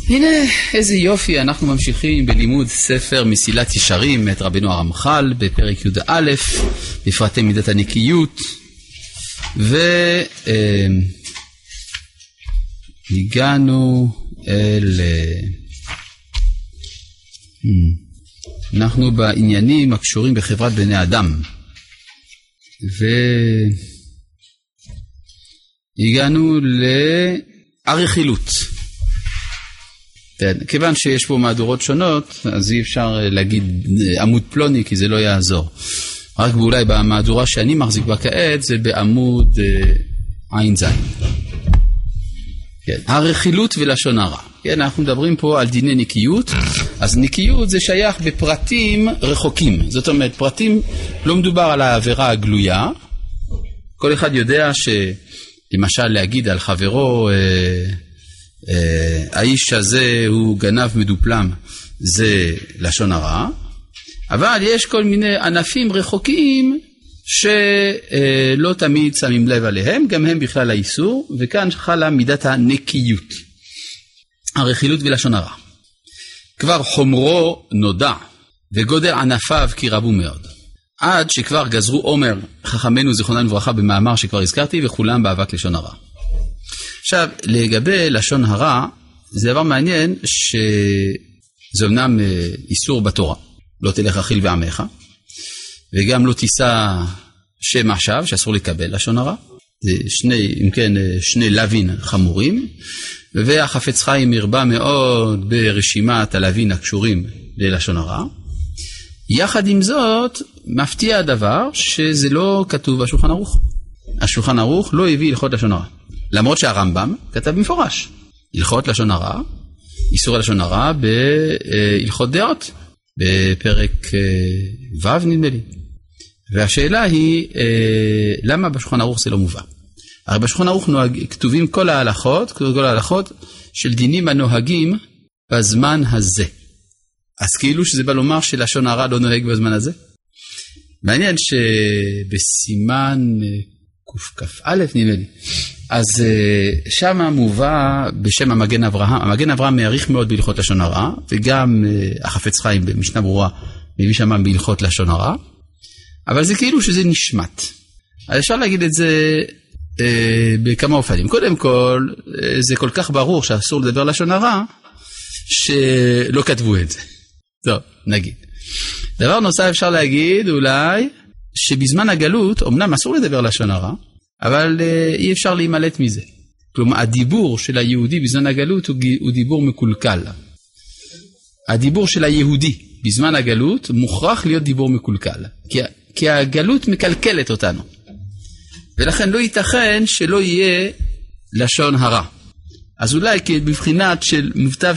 הנה איזה יופי, אנחנו ממשיכים בלימוד ספר מסילת ישרים מאת רבנו הרמח"ל בפרק י"א בפרטי מידת הנקיות, והגענו אל אנחנו בעניינים הקשורים בחברת בני אדם, והגענו לערכילות. כיוון שיש פה מהדורות שונות, אז אי אפשר להגיד עמוד פלוני, כי זה לא יעזור. רק אולי במהדורה שאני מחזיק בה כעת, זה בעמוד עין זין. כן. הרכילות ולשון הרע. כן, אנחנו מדברים פה על דיני נקיות. אז נקיות זה שייך בפרטים רחוקים. זאת אומרת, פרטים לא מדובר על העבירה הגלויה. כל אחד יודע שלמשל להגיד על חברו, האיש הזה הוא גנב מדופלם, זה לשון הרע. אבל יש כל מיני ענפים רחוקים שלא תמיד שמים לב עליהם, גם הם בכלל האיסור, וכאן חלה מידת הנקיות. הרכילות ולשון הרע. כבר חומרו נודע, וגודל ענפיו כי רבו מאוד. עד שכבר גזרו עומר חכמנו זיכרונם לברכה במאמר שכבר הזכרתי, וכולם באבק לשון הרע. עכשיו, לגבי לשון הרע, זה דבר מעניין שזה אמנם איסור בתורה. לא תלך אכיל ועמך, וגם לא תישא שם עכשיו, שאסור לקבל לשון הרע. זה שני לוין חמורים, והחפץ חיים הרבה מאוד ברשימת הלוין הקשורים ללשון הרע. יחד עם זאת, מפתיע הדבר שזה לא כתוב בשולחן ערוך. השולחן ערוך לא הביא הלכות לשון הרע. למרות שהרמב"ם כתב במפורש, הלכות לשון הרע, איסור לשון הרע בהלכות דעות, בפרק ו' נדמה לי. והשאלה היא, למה בשולחן ערוך זה לא מובא? הרי בשולחן ערוך כתובים כל ההלכות של דינים הנוהגים בזמן הזה. אז כאילו שזה בא לומר שלשון הרע לא נוהג בזמן הזה? מעניין שבסימן קכ"א נדמה לי, אז שם מובא בשם המגן אברהם. המגן אברהם מעריך מאוד בהלכות לשון הרע, וגם החפץ חיים במשנה ברורה מביא שם בהלכות לשון הרע, אבל זה כאילו שזה נשמט. אז אפשר להגיד את זה בכמה אופנים. קודם כל, זה כל כך ברור שאסור לדבר לשון הרע, שלא כתבו את זה. טוב, נגיד. דבר נוסף אפשר להגיד אולי, שבזמן הגלות, אמנם אסור לדבר לשון הרע, אבל אי אפשר להימלט מזה. כלומר, הדיבור של היהודי בזמן הגלות הוא דיבור מקולקל. הדיבור של היהודי בזמן הגלות מוכרח להיות דיבור מקולקל. כי הגלות מקלקלת אותנו. ולכן לא ייתכן שלא יהיה לשון הרע. אז אולי בבחינת של מוטב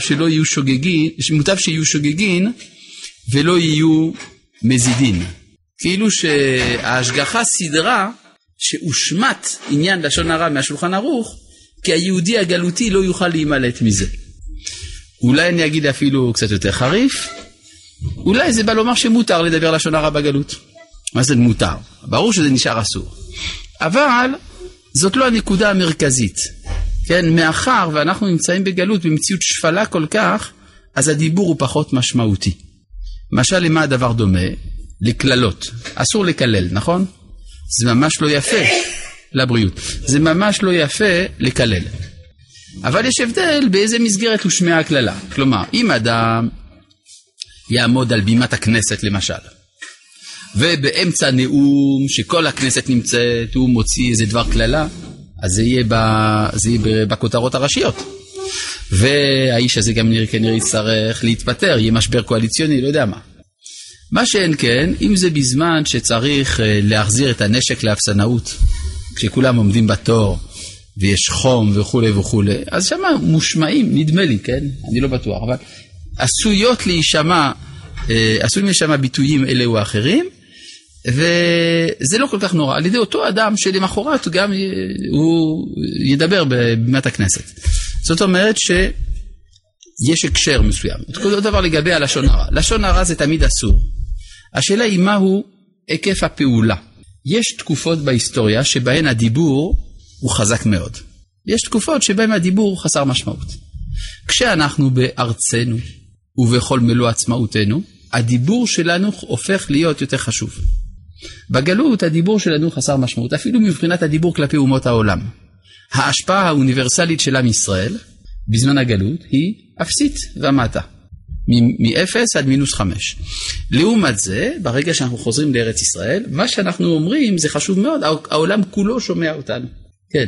שיהיו שוגגין ולא יהיו מזידין. כאילו שההשגחה סדרה שהושמט עניין לשון הרע מהשולחן ערוך, כי היהודי הגלותי לא יוכל להימלט מזה. אולי אני אגיד אפילו קצת יותר חריף, אולי זה בא לומר שמותר לדבר לשון הרע בגלות. מה זה מותר? ברור שזה נשאר אסור. אבל זאת לא הנקודה המרכזית. כן, מאחר ואנחנו נמצאים בגלות במציאות שפלה כל כך, אז הדיבור הוא פחות משמעותי. למשל, למה הדבר דומה? לכללות. אסור לקלל, נכון? זה ממש לא יפה לבריאות. זה ממש לא יפה לקלל. אבל יש הבדל באיזה מסגרת הושמעה הכללה. כלומר, אם אדם יעמוד על בימת הכנסת למשל, ובאמצע נאום שכל הכנסת נמצאת, הוא מוציא איזה דבר כללה, אז זה יהיה בכותרות הראשיות. והאיש הזה גם כנראה יצטרך להתפטר, יהיה משבר קואליציוני, לא יודע מה. מה שאין כן, אם זה בזמן שצריך להחזיר את הנשק לאפסנאות, כשכולם עומדים בתור, ויש חום וכו' וכו', אז שמה מושמעים, נדמה לי, כן? אני לא בטוח, אבל עשויים להישמע ביטויים אלה או אחרים, וזה לא כל כך נורא, על ידי אותו אדם שלמחרת גם הוא ידבר בבימת הכנסת. זאת אומרת שיש הקשר מסוים. כל דבר לגבי הלשון הרע. לשון הרע זה תמיד אסור. השאלה היא מהו היקף הפעולה. יש תקופות בהיסטוריה שבהן הדיבור הוא חזק מאוד. יש תקופות שבהן הדיבור חסר משמעות. כשאנחנו בארצנו ובכל מלוא עצמאותנו, הדיבור שלנו הופך להיות יותר חשוב. בגלות הדיבור שלנו חסר משמעות, אפילו מבחינת הדיבור כלפי אומות העולם. ההשפעה האוניברסלית של עם ישראל בזמן הגלות היא אפסית ומטה, מ-0 עד -5. לעומת זה, ברגע שאנחנו חוזרים לארץ ישראל, מה שאנחנו אומרים זה חשוב מאוד, העולם כולו שומע אותנו. כן.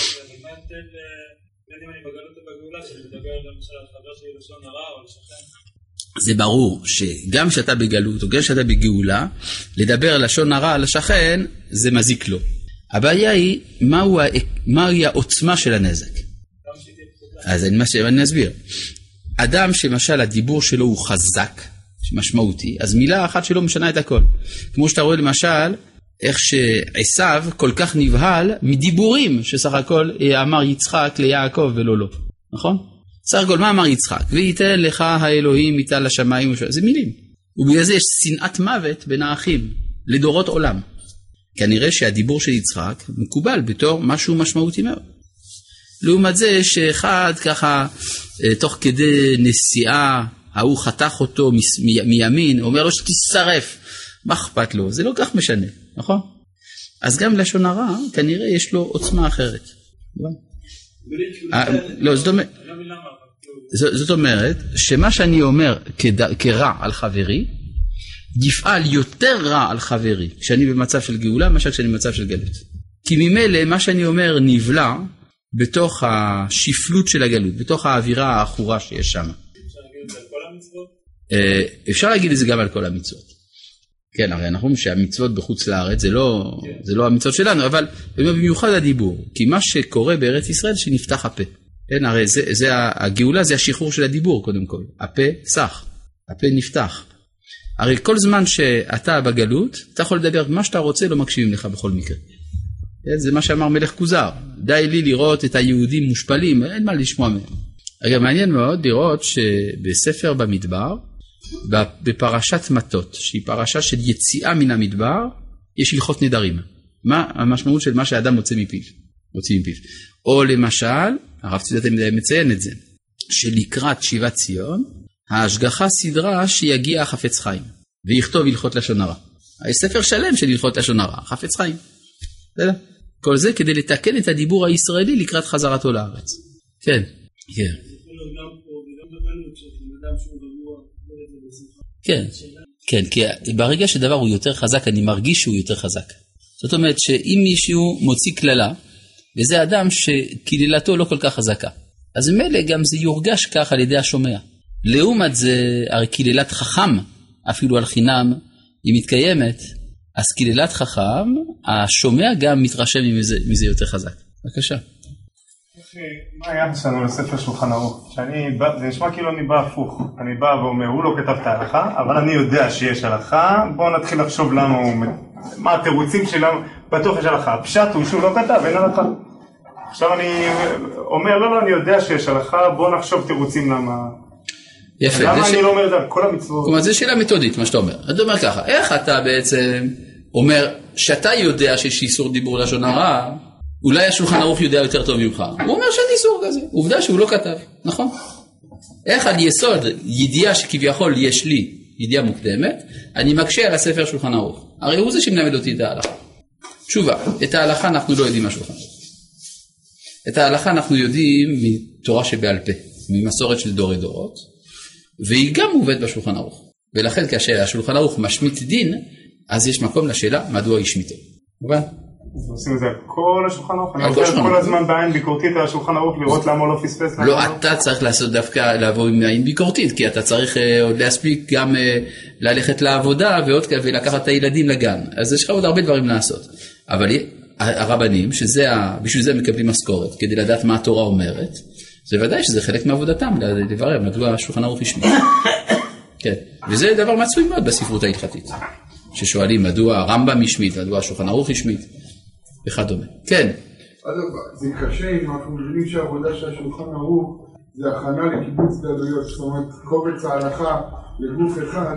זה ברור שגם שאתה בגלות או גם שאתה בגאולה, לדבר לשון הרע על השכן זה מזיק לו. הבעיה היא מהי העוצמה של הנזק. אז אני אסביר. אדם שמשל הדיבור שלו הוא חזק, משמעותי, אז מילה אחת שלו משנה את הכל. כמו שאתה רואה למשל, איך שעשיו כל כך נבהל מדיבורים שסך הכל אמר יצחק ליעקב ולא לא. נכון? סך הכל מה אמר יצחק? וייתן לך האלוהים איתה לשמיים, זה מילים. ובגלל זה יש שנאת מוות בין האחים, לדורות עולם. כנראה שהדיבור של יצחק מקובל בתור משהו משמעותי מאוד. לעומת זה שאחד ככה, תוך כדי נסיעה, ההוא חתך אותו מימין, אומר לו שתשרף, מה אכפת לו? זה לא כך משנה, נכון? אז גם לשון הרע, כנראה יש לו עוצמה אחרת. לא, זאת אומרת, שמה שאני אומר כרע על חברי, יפעל יותר רע על חברי, כשאני במצב של גאולה, משל כשאני במצב של גלות. כי ממילא, מה שאני אומר נבלע, בתוך השפלות של הגלות, בתוך האווירה האחורה שיש שם. אפשר להגיד את זה על כל המצוות? אפשר להגיד את זה גם על כל המצוות. כן, הרי אנחנו אומרים שהמצוות בחוץ לארץ זה לא המצוות שלנו, אבל במיוחד הדיבור. כי מה שקורה בארץ ישראל שנפתח הפה. כן, הרי הגאולה זה השחרור של הדיבור קודם כל. הפה סח, הפה נפתח. הרי כל זמן שאתה בגלות, אתה יכול לדבר מה שאתה רוצה, לא מקשיבים לך בכל מקרה. זה מה שאמר מלך כוזר, די לי לראות את היהודים מושפלים, אין מה לשמוע מהם. אגב, מעניין מאוד לראות שבספר במדבר, בפרשת מטות, שהיא פרשה של יציאה מן המדבר, יש הלכות נדרים. מה המשמעות של מה שאדם מוציא מפיו? או למשל, הרב צידתי מציין את זה, שלקראת שיבת ציון, ההשגחה סדרה שיגיע חפץ חיים, ויכתוב הלכות לשון הרע. יש ספר שלם של הלכות לשון הרע, חפץ חיים. כל זה כדי לתקן את הדיבור הישראלי לקראת חזרתו לארץ. כן. כן. כן. כן, כי ברגע שדבר הוא יותר חזק, אני מרגיש שהוא יותר חזק. זאת אומרת שאם מישהו מוציא כללה, וזה אדם שכלילתו לא כל כך חזקה, אז מילא גם זה יורגש כך על ידי השומע. לעומת זה, הרי כלילת חכם, אפילו על חינם, היא מתקיימת, אז כלילת חכם, השומע גם מתרשם מזה יותר חזק. בבקשה. מה היחס שלנו לספר שולחן ערוך? זה נשמע כאילו אני בא הפוך. אני בא ואומר, הוא לא כתב את ההלכה, אבל אני יודע שיש הלכה, בואו נתחיל לחשוב מה התירוצים שלנו, בטוח יש הלכה. הפשט הוא שהוא לא כתב, אין הלכה. עכשיו אני אומר, לא, אני יודע שיש הלכה, בואו נחשוב תירוצים למה... יפה. למה אני לא אומר את זה על כל המצוות? כלומר, זו שאלה מתודית, מה שאתה אומר. אתה אומר ככה, איך אתה בעצם אומר שאתה יודע שיש איסור דיבור לשון הרע, אולי השולחן ערוך יודע יותר טוב ממך. הוא אומר שאין איסור כזה. עובדה שהוא לא כתב, נכון? איך על יסוד ידיעה שכביכול יש לי, ידיעה מוקדמת, אני מקשה על הספר שולחן ערוך. הרי הוא זה שמלמד אותי את ההלכה. תשובה, את ההלכה אנחנו לא יודעים מהשולחן ערוך. את ההלכה אנחנו יודעים מתורה שבעל פה, ממסורת של דורי דורות, והיא גם מובאת בשולחן ערוך. ולכן כאשר השולחן ערוך משמיט דין, אז יש מקום לשאלה מדוע ישמיטו. מובן? אז עושים את זה על כל השולחן ערוך? אני עובר כל הזמן בעין ביקורתית על השולחן ערוך לראות למה הוא לא פספס? לא, אתה צריך לעשות דווקא לעבור עם עין ביקורתית, כי אתה צריך עוד להספיק גם ללכת לעבודה ולקחת את הילדים לגן. אז יש לך עוד הרבה דברים לעשות. אבל הרבנים, בשביל זה מקבלים משכורת, כדי לדעת מה התורה אומרת, זה ודאי שזה חלק מעבודתם, לברר מדוע השולחן ערוך ישמיט. כן, וזה דבר מצוי מאוד בספרות ההלכתית. ששואלים מדוע הרמב"ם ישמיט, מדוע השולחן ערוך ישמיט, וכדומה. כן. זה קשה אם אנחנו מבינים שהעבודה של השולחן ערוך זה הכנה לקיבוץ גלויות, זאת אומרת קובץ ההלכה לגוף אחד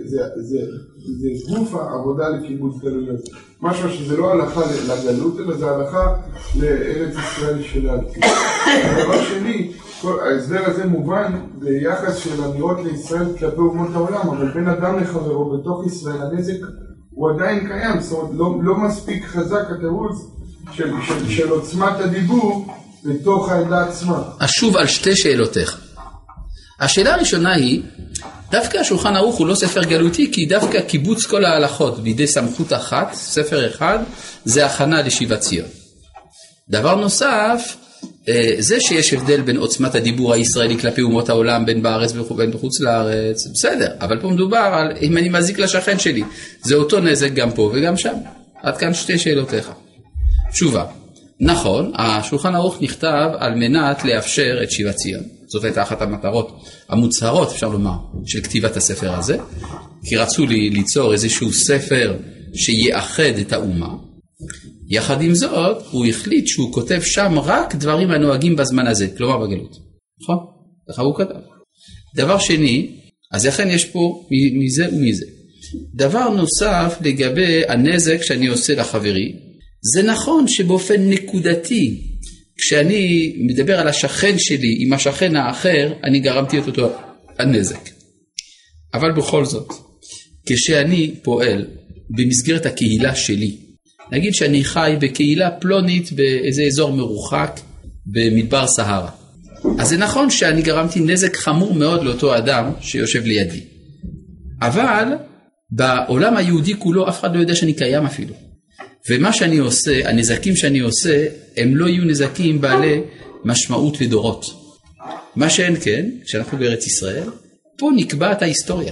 זה גוף העבודה לקיבוץ גלויות. משהו שזה לא הלכה לגלות אלא זה הלכה לארץ ישראל שלנו. הדבר שני ההסבר הזה מובן ביחס של אמירות לישראל כלפי אומות העולם, אבל בין אדם לחברו בתוך ישראל הנזק הוא עדיין קיים, זאת אומרת לא מספיק חזק התירוץ של עוצמת הדיבור בתוך העדה עצמה. אשוב על שתי שאלותיך. השאלה הראשונה היא, דווקא השולחן ערוך הוא לא ספר גלותי, כי דווקא קיבוץ כל ההלכות בידי סמכות אחת, ספר אחד, זה הכנה לשיבת ציון. דבר נוסף, זה שיש הבדל בין עוצמת הדיבור הישראלי כלפי אומות העולם, בין בארץ ובין בחוץ לארץ, בסדר, אבל פה מדובר על אם אני מזיק לשכן שלי, זה אותו נזק גם פה וגם שם. עד כאן שתי שאלותיך. תשובה, נכון, השולחן ערוך נכתב על מנת לאפשר את שיבת ציון. זאת הייתה אחת המטרות המוצהרות, אפשר לומר, של כתיבת הספר הזה, כי רצו ליצור איזשהו ספר שיאחד את האומה. יחד עם זאת, הוא החליט שהוא כותב שם רק דברים הנוהגים בזמן הזה, כלומר בגלות. נכון? ככה הוא כתב. דבר שני, אז לכן יש פה מזה ומזה. דבר נוסף לגבי הנזק שאני עושה לחברי, זה נכון שבאופן נקודתי, כשאני מדבר על השכן שלי עם השכן האחר, אני גרמתי את אותו הנזק. אבל בכל זאת, כשאני פועל במסגרת הקהילה שלי, נגיד שאני חי בקהילה פלונית באיזה אזור מרוחק במדבר סהרה. אז זה נכון שאני גרמתי נזק חמור מאוד לאותו אדם שיושב לידי. אבל בעולם היהודי כולו אף אחד לא יודע שאני קיים אפילו. ומה שאני עושה, הנזקים שאני עושה, הם לא יהיו נזקים בעלי משמעות ודורות. מה שאין כן, כשאנחנו בארץ ישראל, פה נקבעת ההיסטוריה.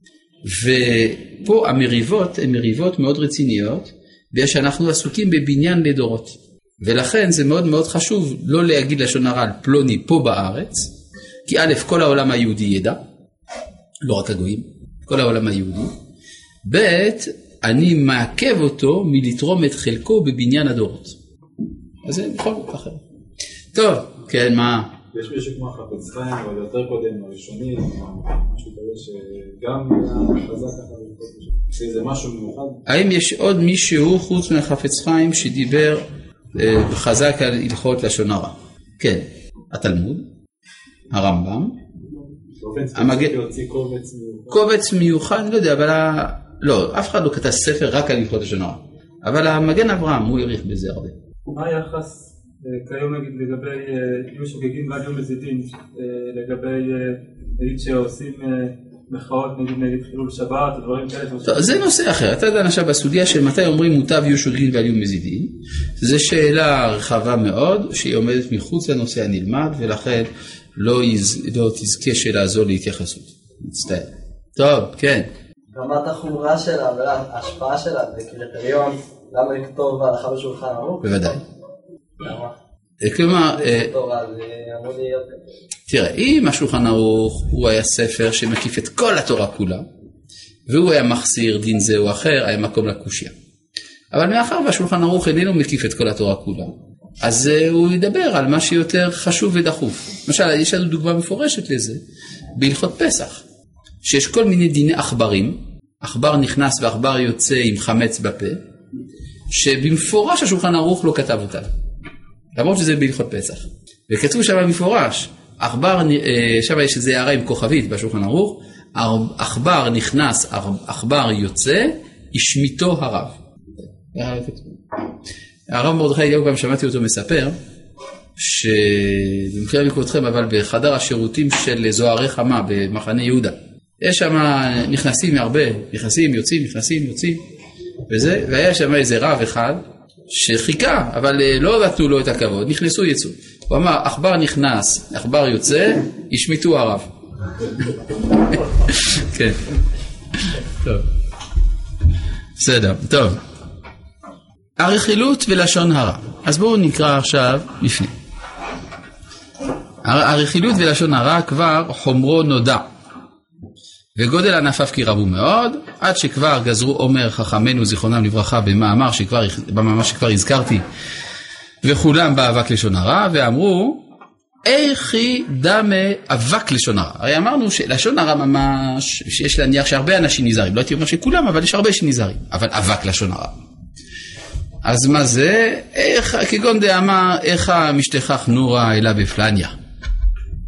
ופה המריבות הן מריבות מאוד רציניות, בגלל שאנחנו עסוקים בבניין לדורות. ולכן זה מאוד מאוד חשוב לא להגיד לשון הרע על פלוני פה בארץ, כי א', כל העולם היהודי ידע, לא רק הגויים, כל העולם היהודי. ב', אני מעכב אותו מלתרום את חלקו בבניין הדורות. אז זה בכל זאת אחר. טוב, כן, מה? יש מישהו כמו החפץ חיים, אבל יותר קודם, הראשוני, משהו כזה שגם חזק ככה, שזה משהו מיוחד. האם יש עוד מישהו חוץ מהחפץ חיים שדיבר חזק על הלכות לשון הרע? כן, התלמוד, הרמב"ם, המגן להוציא קובץ מיוחד, לא יודע, אבל לא, אף אחד לא כתב ספר רק על הלכות לשון הרע, אבל המגן אברהם הוא העריך בזה הרבה. מה היחס כיום נגיד לגבי יום שוגגים ועד יום מזידים, לגבי נגיד שעושים מחאות נגד חילול שבת או דברים כאלה? זה נושא אחר. אתה יודע עכשיו בסוגיה של מתי אומרים מוטב יום שוגגים ועד יום מזידים, זו שאלה רחבה מאוד שהיא עומדת מחוץ לנושא הנלמד, ולכן לא תזכה שאלה זו להתייחסות. מצטער. טוב, כן. רמת החומרה שלה וההשפעה שלה בקריטריון, למה לכתוב הלכה בשולחן ערוך? בוודאי. למה? כלומר, תראה, אם השולחן ערוך הוא היה ספר שמקיף את כל התורה כולה, והוא היה מחסיר דין זה או אחר, היה מקום לקושיה. אבל מאחר והשולחן ערוך איננו מקיף את כל התורה כולה, אז הוא ידבר על מה שיותר חשוב ודחוף. למשל, יש לנו דוגמה מפורשת לזה, בהלכות פסח, שיש כל מיני דיני עכברים, עכבר נכנס ועכבר יוצא עם חמץ בפה, שבמפורש השולחן ערוך לא כתב אותם. למרות שזה בהלכות פסח. וכתוב שם במפורש, עכבר, שם יש איזה הערה עם כוכבית בשולחן ערוך, עכבר נכנס, עכבר יוצא, ישמיתו הרב. הרב מרדכי אליהו גם שמעתי אותו מספר, שבמחילה מכבודכם, אבל בחדר השירותים של זוהרי חמה במחנה יהודה, יש שם נכנסים הרבה, נכנסים, יוצאים, נכנסים, יוצאים, וזה, והיה שם איזה רב אחד שחיכה, אבל לא נתנו לו את הכבוד, נכנסו יצאו. הוא אמר, עכבר נכנס, עכבר יוצא, ישמיתו הרב. כן. טוב. בסדר, טוב. הרכילות ולשון הרע. אז בואו נקרא עכשיו לפני. הרכילות ולשון הרע כבר חומרו נודע. וגודל ענפיו כי רבו מאוד, עד שכבר גזרו אומר חכמינו זיכרונם לברכה במאמר שכבר הזכרתי, וכולם באבק לשון הרע, ואמרו, איכי דמה אבק לשון הרע. הרי אמרנו שלשון הרע ממש, שיש להניח שהרבה אנשים נזהרים, לא הייתי אומר שכולם, אבל יש הרבה שנזהרים, אבל אבק לשון הרע. אז מה זה? כגון דאמר, איך משתכח נורה אלא בפלניה.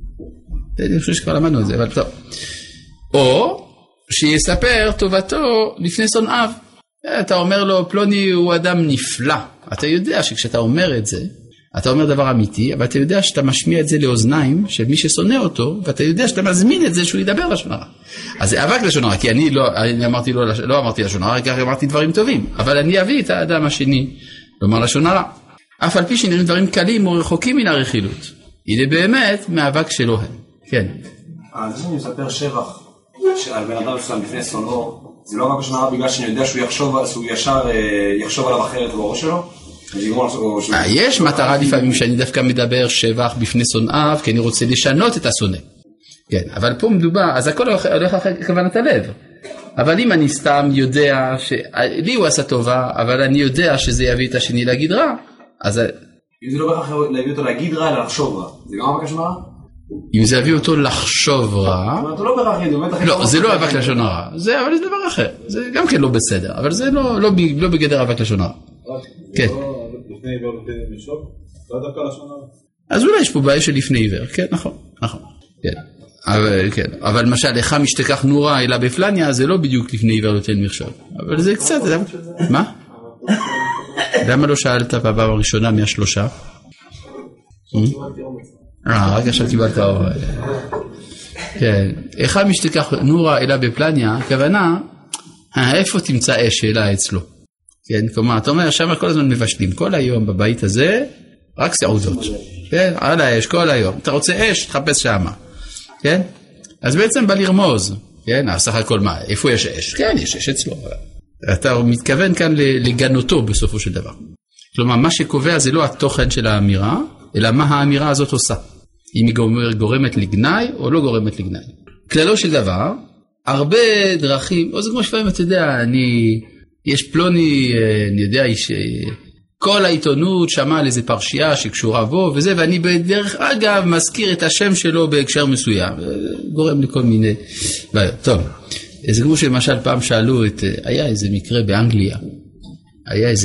אני חושב שכבר למדנו את זה, אבל טוב. או שיספר טובתו לפני שונאיו. אתה אומר לו, פלוני הוא אדם נפלא. אתה יודע שכשאתה אומר את זה, אתה אומר דבר אמיתי, אבל אתה יודע שאתה משמיע את זה לאוזניים של מי ששונא אותו, ואתה יודע שאתה מזמין את זה שהוא ידבר לשון הרע. אז זה אבק לשון הרע, כי אני לא אמרתי לשון הרע, כך אמרתי דברים טובים, אבל אני אביא את האדם השני לומר לשון הרע. אף על פי שנראים דברים קלים או רחוקים מן הרכילות. הנה באמת מאבק שלו הם. כן. זה שאני מספר שבח על בן אדם מסוים לפני שונאו, זה לא רק לשון הרע בגלל שאני יודע שהוא יחשוב עליו אחרת בראש שלו? יש מטרה לפעמים שאני דווקא מדבר שבח בפני שונאיו, כי אני רוצה לשנות את השונא. כן, אבל פה מדובר, אז הכל הולך אחרי כוונת הלב. אבל אם אני סתם יודע שלי הוא עשה טובה, אבל אני יודע שזה יביא את השני להגיד רע, אז... אם זה לא בהכרח להביא אותו להגיד רע, אלא לחשוב רע, זה גם אבק לשון הרע? אם זה יביא אותו לחשוב רע... לא, זה לא אבק לשון הרע, אבל זה דבר אחר. זה גם כן לא בסדר, אבל זה לא בגדר אבק לשון הרע. כן. לפני עיוור לפני משוב, לא דווקא לשון הרע. אז אולי יש פה בעיה של לפני עיוור, כן, נכון. אבל למשל, לך משתכח נורה אלא בפלניה, זה לא בדיוק לפני עיוור לפני משוב. אבל זה קצת... מה? למה לא שאלת בפעם הראשונה מהשלושה? רק עכשיו קיבלת אור. כן. אחד משתכח נורה אלא בפלניה, הכוונה, איפה תמצא אש שאלה אצלו? כן, כלומר, אתה אומר, שם כל הזמן מבשלים, כל היום בבית הזה, רק סעודות. כן, על האש, כל היום. אתה רוצה אש, תחפש שמה. כן? אז בעצם בא לרמוז. כן, סך הכל מה? איפה יש אש? כן, יש אש אצלו. אתה מתכוון כאן לגנותו בסופו של דבר. כלומר, מה שקובע זה לא התוכן של האמירה, אלא מה האמירה הזאת עושה. אם היא גורמת לגנאי או לא גורמת לגנאי. כללו של דבר, הרבה דרכים, או זה כמו שפעמים אתה יודע, יש פלוני, אני יודע, כל העיתונות שמע על איזה פרשייה שקשורה בו וזה, ואני בדרך אגב מזכיר את השם שלו בהקשר מסוים, גורם לכל מיני בעיות. טוב, זה כמו שלמשל פעם שאלו, היה איזה מקרה באנגליה, היה איזה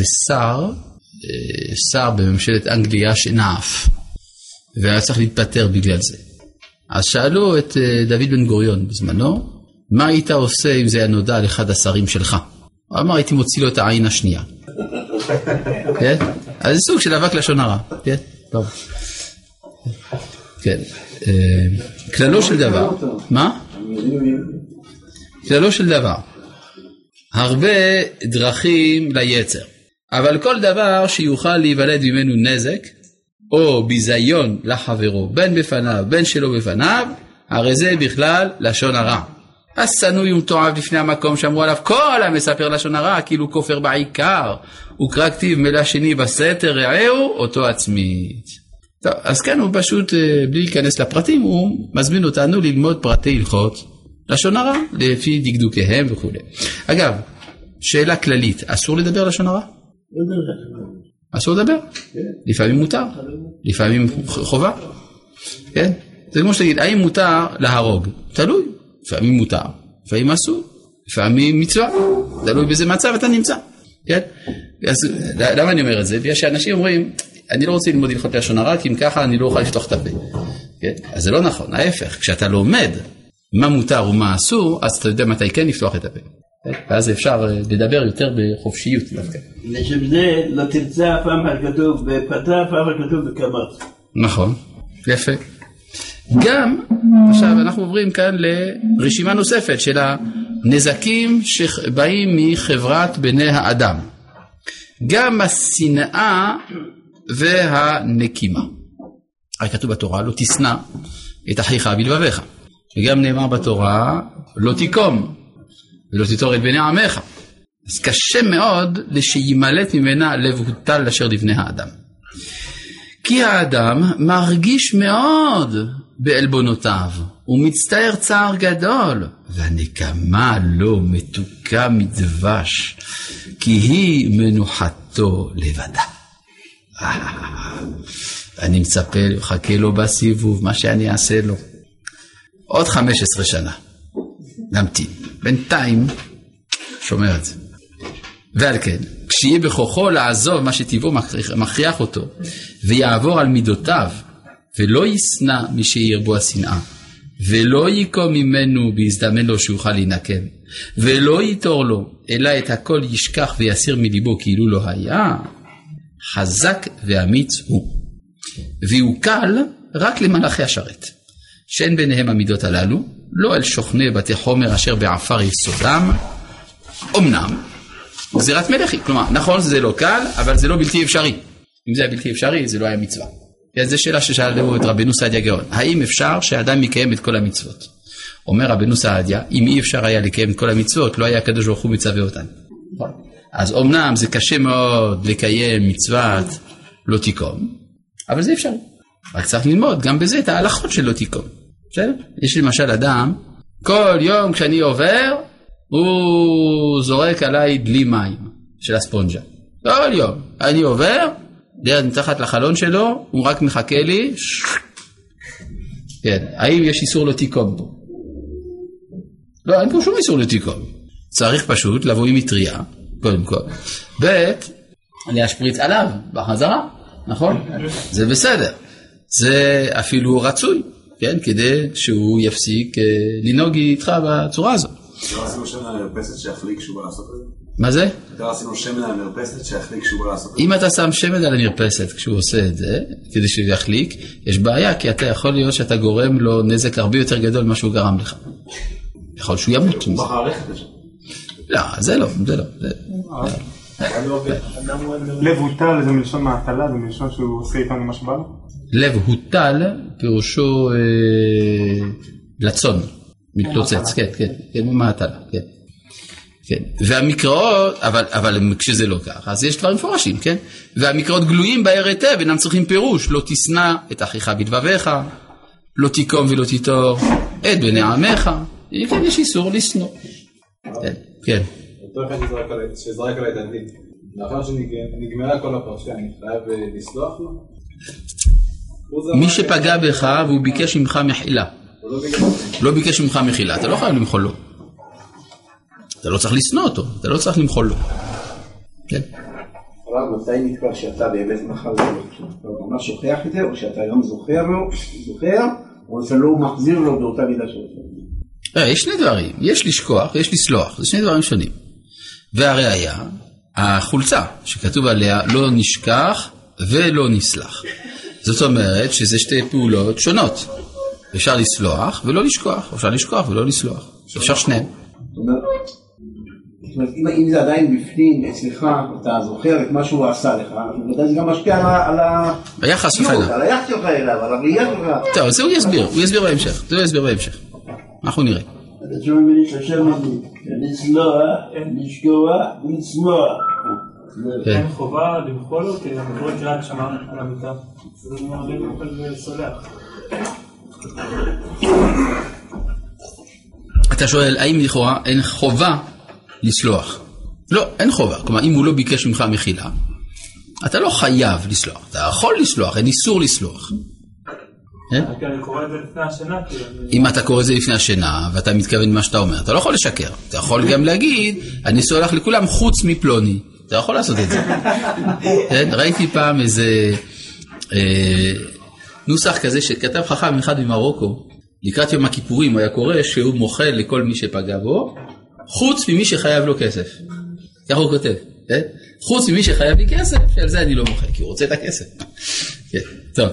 שר בממשלת אנגליה שנעף, והיה צריך להתפטר בגלל זה. אז שאלו את דוד בן גוריון בזמנו, מה היית עושה אם זה היה נודע על אחד השרים שלך? הוא אמר, הייתי מוציא לו את העין השנייה. כן? אז זה סוג של אבק לשון הרע. כן? טוב. כן. כללו של דבר. מה? כללו של דבר. הרבה דרכים ליצר. אבל כל דבר שיוכל להיוולד ממנו נזק, או ביזיון לחברו, בין בפניו, בין שלא בפניו, הרי זה בכלל לשון הרע. אז שנוי ומתועב לפני המקום שאמרו עליו, כל המספר לשון הרע, כאילו כופר בעיקר, וקרא כתיב מילה שני בסתר רעהו, אותו עצמית. טוב, אז כאן הוא פשוט, בלי להיכנס לפרטים, הוא מזמין אותנו ללמוד פרטי הלכות לשון הרע, לפי דקדוקיהם וכו'. אגב, שאלה כללית, אסור לדבר לשון הרע? אסור לדבר? לפעמים מותר, לפעמים חובה. כן? זה כמו שתגיד, האם מותר להרוג? תלוי. לפעמים מותר, לפעמים אסור, לפעמים מצווה, תלוי באיזה מצב אתה נמצא. כן? אז למה אני אומר את זה? בגלל שאנשים אומרים, אני לא רוצה ללמוד הלכות לשון הרע, כי אם ככה אני לא אוכל לפתוח את הפה. כן? אז זה לא נכון, ההפך, כשאתה לומד מה מותר ומה אסור, אז אתה יודע מתי כן לפתוח את הפה. ואז אפשר לדבר יותר בחופשיות. לשבזה לא תרצה פעם כתוב בפתח, פעם כתוב בקמץ. נכון, יפה. גם, עכשיו אנחנו עוברים כאן לרשימה נוספת של הנזקים שבאים מחברת בני האדם. גם השנאה והנקימה. הרי כתוב בתורה, לא תשנא את אחיך בלבביך. וגם נאמר בתורה, לא תיקום, ולא תיטור את בני עמך. אז קשה מאוד שימלט ממנה לב הוטל אשר לבני האדם. כי האדם מרגיש מאוד בעלבונותיו, הוא מצטער צער גדול, והנקמה לא מתוקה מדבש, כי היא מנוחתו לבדה. אני מצפה, חכה לו בסיבוב, מה שאני אעשה לו. עוד 15 שנה, נמתין. בינתיים, שומר את זה. ועל כן, כשיהיה בכוחו לעזוב מה שטבעו מכריח אותו, ויעבור על מידותיו, ולא ישנא מי שירבו השנאה, ולא יקום ממנו בהזדמן לו שיוכל להינקם, ולא יתור לו, אלא את הכל ישכח ויסיר מליבו כאילו לא היה, חזק ואמיץ הוא. והוא קל רק למלאכי השרת, שאין ביניהם המידות הללו, לא אל שוכני בתי חומר אשר בעפר יסודם, אמנם, גזירת מלאכי, כלומר, נכון זה לא קל, אבל זה לא בלתי אפשרי. אם זה היה בלתי אפשרי, זה לא היה מצווה. זו שאלה ששאלו את רבנו סעדיה גאון. האם אפשר שאדם יקיים את כל המצוות? אומר רבנו סעדיה, אם אי אפשר היה לקיים את כל המצוות, לא היה הקדוש ברוך הוא מצווה אותן. אז אמנם זה קשה מאוד לקיים מצוות לא תיקום, אבל זה אפשר. רק צריך ללמוד גם בזה את ההלכות של לא תיקום. בסדר? יש למשל אדם, כל יום כשאני עובר, הוא זורק עליי דלי מים של הספונג'ה. כל יום. אני עובר, מתחת לחלון שלו, הוא רק מחכה לי. כן, האם יש איסור לא תיקום פה? לא, אין פה שום איסור לא תיקום. צריך פשוט לבוא עם מטריה, קודם כל. להשפריץ עליו בחזרה, נכון? זה בסדר. זה אפילו רצוי, כן? כדי שהוא יפסיק לנהוג איתך בצורה הזאת. לא עשינו שמן על המרפסת שיחליק שהוא בא לעשות את זה? מה זה? לא עשינו שמן על המרפסת שיחליק שהוא בא לעשות את זה? אם אתה שם שמן על המרפסת כשהוא עושה את זה, כדי שהוא יחליק, יש בעיה, כי אתה יכול להיות שאתה גורם לו נזק הרבה יותר גדול ממה שהוא גרם לך. יכול שהוא ימות. הוא בחרחת לשם. לא, זה לא. לב הוטל זה מלשון מעטלה, זה מלשון שהוא עושה איתנו מה שבא לו? לב הוטל פירושו לצון, מתלוצץ, כן, מעטלה, כן. והמקראות, אבל כשזה לא כך, אז יש דברים מפורשים, כן? והמקראות גלויים בהר היטב, אינם צריכים פירוש, לא תשנא את אחיך בלבביך, לא תיקום ולא תיטור את בני עמך, כן, יש איסור לשנוא. כן. אותו אחד שזרק עליי את הדין, לאחר שנגמרה כל הפרשה, אני חייב לסלוח לו? מי שפגע בך והוא ביקש ממך מחילה, לא ביקש ממך מחילה, אתה לא חייב למחול לו. אתה לא צריך לשנוא אותו, אתה לא צריך למחול לו. כן. אבל מתי נתקע שאתה באמת מחל לו? אתה ממש שוכח את זה, או שאתה היום זוכר, או שאתה לא מחזיר לו באותה מידה שלו? יש שני דברים, יש לשכוח, יש לסלוח, זה שני דברים שונים. והראיה, החולצה שכתוב עליה לא נשכח ולא נסלח. זאת אומרת שזה שתי פעולות שונות. אפשר לסלוח ולא לשכוח, אפשר לשכוח ולא לסלוח. אפשר שניהם. זאת אומרת, אם זה עדיין בפנים, אצלך, אתה זוכר את מה שהוא עשה לך, זה גם משפיע על היחס שלך אליו. על היחס שלך אליו, על הראייה שלך. טוב, זה הוא יסביר בהמשך. אנחנו נראה. אתה שומע מילים של השם מדהים, לסלוח, לשכוח ולצמוח. אין חובה למחול לו, כי אנחנו לא קראת שמה על המיטה. זה אומר לי למחול וסולח. אתה שואל, האם לכאורה אין חובה לסלוח? לא, אין חובה. כלומר, אם הוא לא ביקש ממך מחילה, אתה לא חייב לסלוח. אתה יכול לסלוח, אין איסור לסלוח. אני קורא את זה לפני השינה. אם אתה קורא את זה לפני השינה, ואתה מתכוון מה שאתה אומר, אתה לא יכול לשקר. אתה יכול גם להגיד, אני סולח לכולם חוץ מפלוני. אתה יכול לעשות את זה. ראיתי פעם איזה נוסח כזה שכתב חכם אחד ממרוקו, לקראת יום הכיפורים הוא היה קורא שהוא מוחל לכל מי שפגע בו, חוץ ממי שחייב לו כסף. כך הוא כותב. חוץ ממי שחייב לי כסף, שעל זה אני לא מוחל, כי הוא רוצה את הכסף. טוב.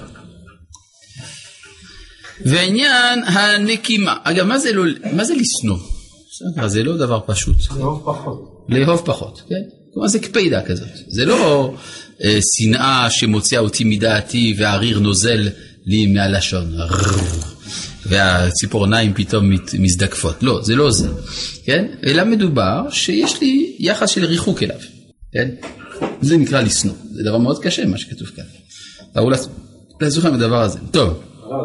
ועניין הנקימה. אגב, מה זה לשנוא? זה לא דבר פשוט. לאהוב פחות, כן? כלומר זה קפידה כזאת. זה לא שנאה שמוציאה אותי מדעתי והריר נוזל לי מהלשון. והציפורניים פתאום מזדקפות. לא, זה לא זה. כן? אלא מדובר שיש לי יחס של ריחוק אליו. כן? זה נקרא לשנוא. זה דבר מאוד קשה מה שכתוב כאן. תראו לעזוכם הדבר הזה. טוב.